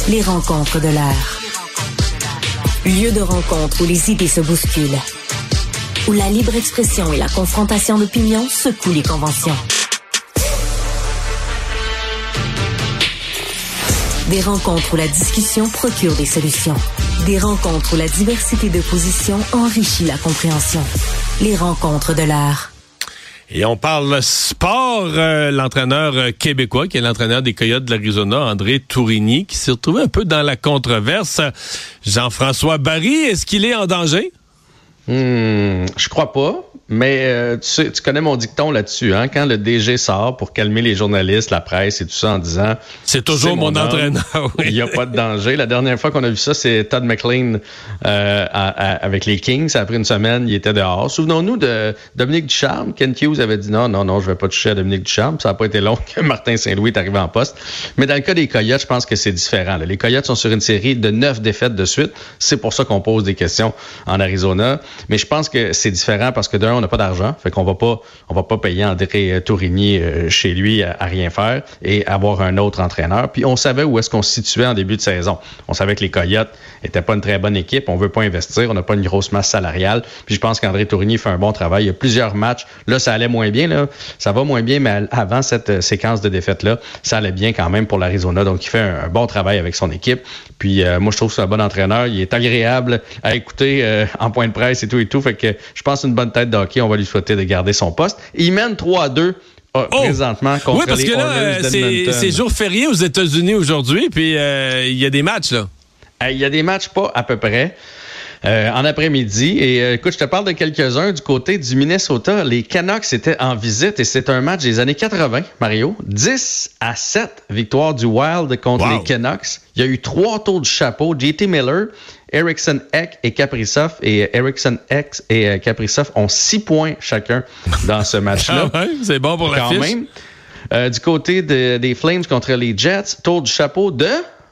Les rencontres de l'heure. Lieu de rencontre où les idées se bousculent. Où la libre expression et la confrontation d'opinions secouent les conventions. Des rencontres où la discussion procure des solutions. Des rencontres où la diversité de positions enrichit la compréhension. Les rencontres de l'heure. Et on parle sport, l'entraîneur québécois, qui est l'entraîneur des Coyotes de l'Arizona, André Tourigny, qui s'est retrouvé un peu dans la controverse. Jean-François Barry, est-ce qu'il est en danger? Je crois pas, mais tu connais mon dicton là-dessus, hein? Quand le DG sort pour calmer les journalistes, la presse et tout ça en disant... C'est toujours mon entraîneur. Oui. Il n'y a pas de danger. La dernière fois qu'on a vu ça, c'est Todd McLean avec les Kings. Ça a pris une semaine, il était dehors. Souvenons-nous de Dominique Ducharme. Ken Hughes avait dit non, je vais pas toucher à Dominique Ducharme. Ça n'a pas été long que Martin Saint-Louis est arrivé en poste. Mais dans le cas des Coyotes, je pense que c'est différent. Là. Les Coyotes sont sur une série de 9 défaites de suite. C'est pour ça qu'on pose des questions en Arizona. Mais je pense que c'est différent parce que d'un, on n'a pas d'argent. Fait qu'on va pas payer André Tourigny chez lui à rien faire et avoir un autre entraîneur. Puis on savait où est-ce qu'on se situait en début de saison. On savait que les Coyotes étaient pas une très bonne équipe. On veut pas investir. On n'a pas une grosse masse salariale. Puis je pense qu'André Tourigny fait un bon travail. Il y a plusieurs matchs. Là, ça allait moins bien. Là. Ça va moins bien, mais avant cette séquence de défaites-là, ça allait bien quand même pour l'Arizona. Donc, il fait un bon travail avec son équipe. Puis moi, je trouve que c'est un bon entraîneur. Il est agréable à écouter en point de presse et tout. Fait que je pense une bonne tête de hockey. On va lui souhaiter de garder son poste. Il mène 3-2 présentement contre les Oilers d'Edmonton. Oui, parce que là, c'est jour férié aux États-Unis aujourd'hui, puis il y a des matchs, là. Il y a des matchs, pas à peu près. En après-midi. Et écoute, je te parle de quelques-uns du côté du Minnesota. Les Canucks étaient en visite et c'est un match des années 80, Mario. 10-7, victoire du Wild contre les Canucks. Il y a eu 3 tours de chapeau. JT Miller, Eriksson Ek et Kaprizov. Et Eriksson Ek et Kaprizov ont 6 points chacun dans ce match-là. Ah ouais, c'est bon pour la fiche. Même. Du côté des Flames contre les Jets, tour du chapeau de...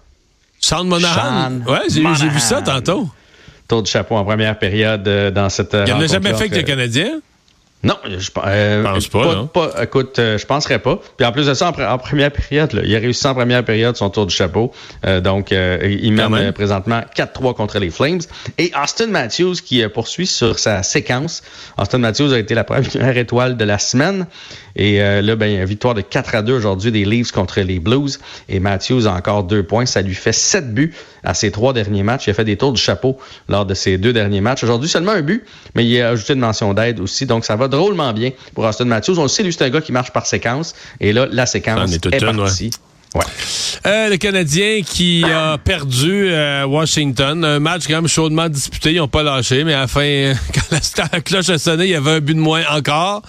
Sean Monahan. Ouais, j'ai vu ça tantôt. Tour du chapeau en première période dans cette rencontre. Il n'a jamais fait que le Canadien? Non, je pense pas. Écoute, je penserais pas. Puis en plus de ça, en première période, là, il a réussi en première période son tour du chapeau. Donc, il mène présentement 4-3 contre les Flames. Et Austin Matthews qui poursuit sur sa séquence. Austin Matthews a été la première étoile de la semaine. Et là, victoire de 4-2 aujourd'hui des Leafs contre les Blues. Et Matthews a encore 2 points. Ça lui fait 7 buts à ses 3 derniers matchs. Il a fait des tours du chapeau lors de ses 2 derniers matchs. Aujourd'hui, seulement un but, mais il a ajouté une mention d'aide aussi. Donc, ça va drôlement bien pour Austin Matthews. On le sait, lui, c'est un gars qui marche par séquence. Et là, la séquence est partie. Ouais. Le Canadien qui a perdu à Washington. Un match quand même chaudement disputé. Ils n'ont pas lâché, mais à la fin, quand la cloche a sonné, il y avait un but de moins encore.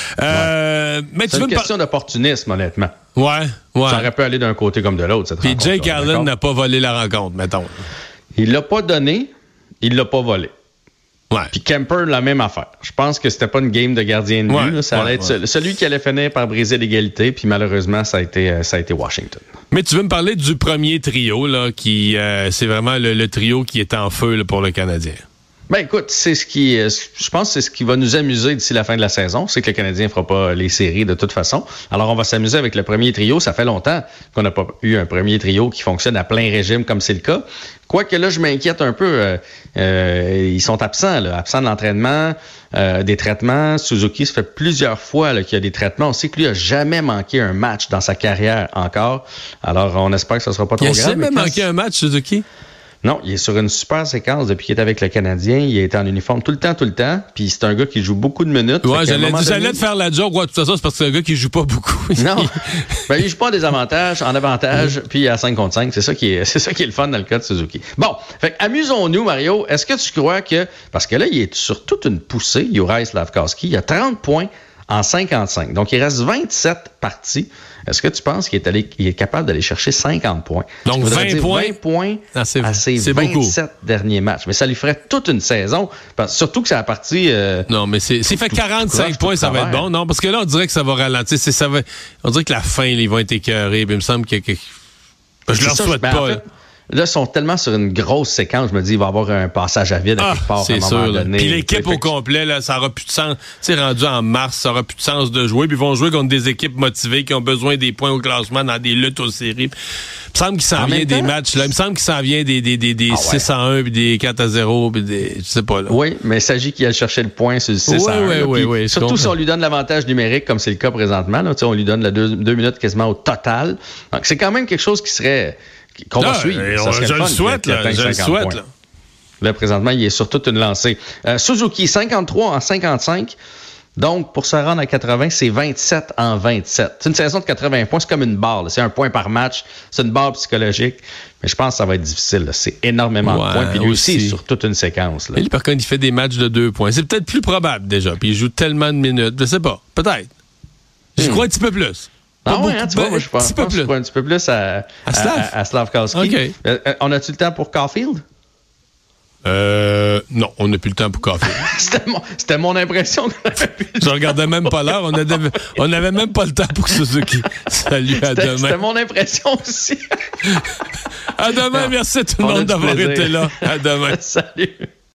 Mais c'est une question d'opportunisme, honnêtement. Ouais. Ça aurait pu aller d'un côté comme de l'autre, cette rencontre. Puis Jake Allen n'a pas volé la rencontre, mettons. Il l'a pas donné, il l'a pas volé. Ouais. Puis Kemper, la même affaire. Je pense que c'était pas une game de gardien de but. Ça allait être celui qui allait finir par briser l'égalité. Puis malheureusement, ça a été Washington. Mais tu veux me parler du premier trio, là, qui c'est vraiment le trio qui est en feu là, pour le Canadien. Ben écoute, je pense que c'est ce qui va nous amuser d'ici la fin de la saison. C'est que le Canadien ne fera pas les séries de toute façon. Alors, on va s'amuser avec le premier trio. Ça fait longtemps qu'on n'a pas eu un premier trio qui fonctionne à plein régime comme c'est le cas. Quoique là, je m'inquiète un peu. Ils sont absents de l'entraînement, des traitements. Suzuki, ça fait plusieurs fois là, qu'il y a des traitements. On sait que lui a jamais manqué un match dans sa carrière encore. Alors, on espère que ça sera pas trop grave. Il a jamais manqué un match, Suzuki? Non, il est sur une super séquence depuis qu'il est avec le Canadien. Il est en uniforme tout le temps. Puis c'est un gars qui joue beaucoup de minutes. Ouais, j'allais te faire la joke. Ouais, de toute façon, c'est parce que c'est un gars qui joue pas beaucoup. Non, il joue pas en avantage, puis à 5 contre 5. C'est ça qui est le fun dans le cas de Suzuki. Bon, fait amusons-nous, Mario. Est-ce que tu crois que... Parce que là, il est sur toute une poussée, Juraj Slafkovský. Il a 30 points en 55. Donc, il reste 27 parties. Est-ce que tu penses qu'il est capable d'aller chercher 50 points? Donc, 20 points à ses 27 beaucoup. Derniers matchs. Mais ça lui ferait toute une saison. Surtout que c'est la partie... non, mais s'il fait 45 points, ça va être bon. Non, parce que là, on dirait que ça va ralentir. On dirait que la fin, ils vont être écœurés. Il me semble que je leur souhaite pas. là, ils sont tellement sur une grosse séquence, je me dis, il va y avoir un passage à vide à quelque part à un moment donné. Puis l'équipe au complet, là, ça aura plus de sens. Tu sais, rendu en mars, ça aura plus de sens de jouer. Puis ils vont jouer contre des équipes motivées qui ont besoin des points au classement dans des luttes aux séries. Il me semble qu'il s'en vient des matchs, là. Il me semble qu'il s'en vient des 6-1 puis des 4-0 puis des, je sais pas, là. Oui, mais il s'agit qu'il aille chercher le point sur le 6-1. Oui. Surtout si on lui donne l'avantage numérique, comme c'est le cas présentement, là. On lui donne la 2 minutes quasiment au total. Donc, c'est quand même quelque chose qu'on va suivre. Je le souhaite, là. Là, présentement, il est sur toute une lancée. Suzuki, 53 en 55. Donc, pour se rendre à 80, c'est 27 en 27. C'est une saison de 80 points, c'est comme une barre. Là. C'est un point par match. C'est une barre psychologique. Mais je pense que ça va être difficile. Là. C'est énormément de points. Puis lui aussi, sur toute une séquence. Là. Et lui, par contre, il fait des matchs de 2 points. C'est peut-être plus probable déjà. Puis il joue tellement de minutes. Je sais pas. Peut-être. Je crois un petit peu plus. Ah ouais, tu vois, moi, je pense un petit peu plus à Slavkovski. Okay. On a-tu le temps pour Caulfield? Non, on n'a plus le temps pour Caulfield. C'était mon impression. Je regardais même pas l'heure. On n'avait même pas le temps pour Suzuki. Salut, à demain. C'était mon impression aussi. À demain, merci à tout le monde d'avoir été là. À demain. Salut.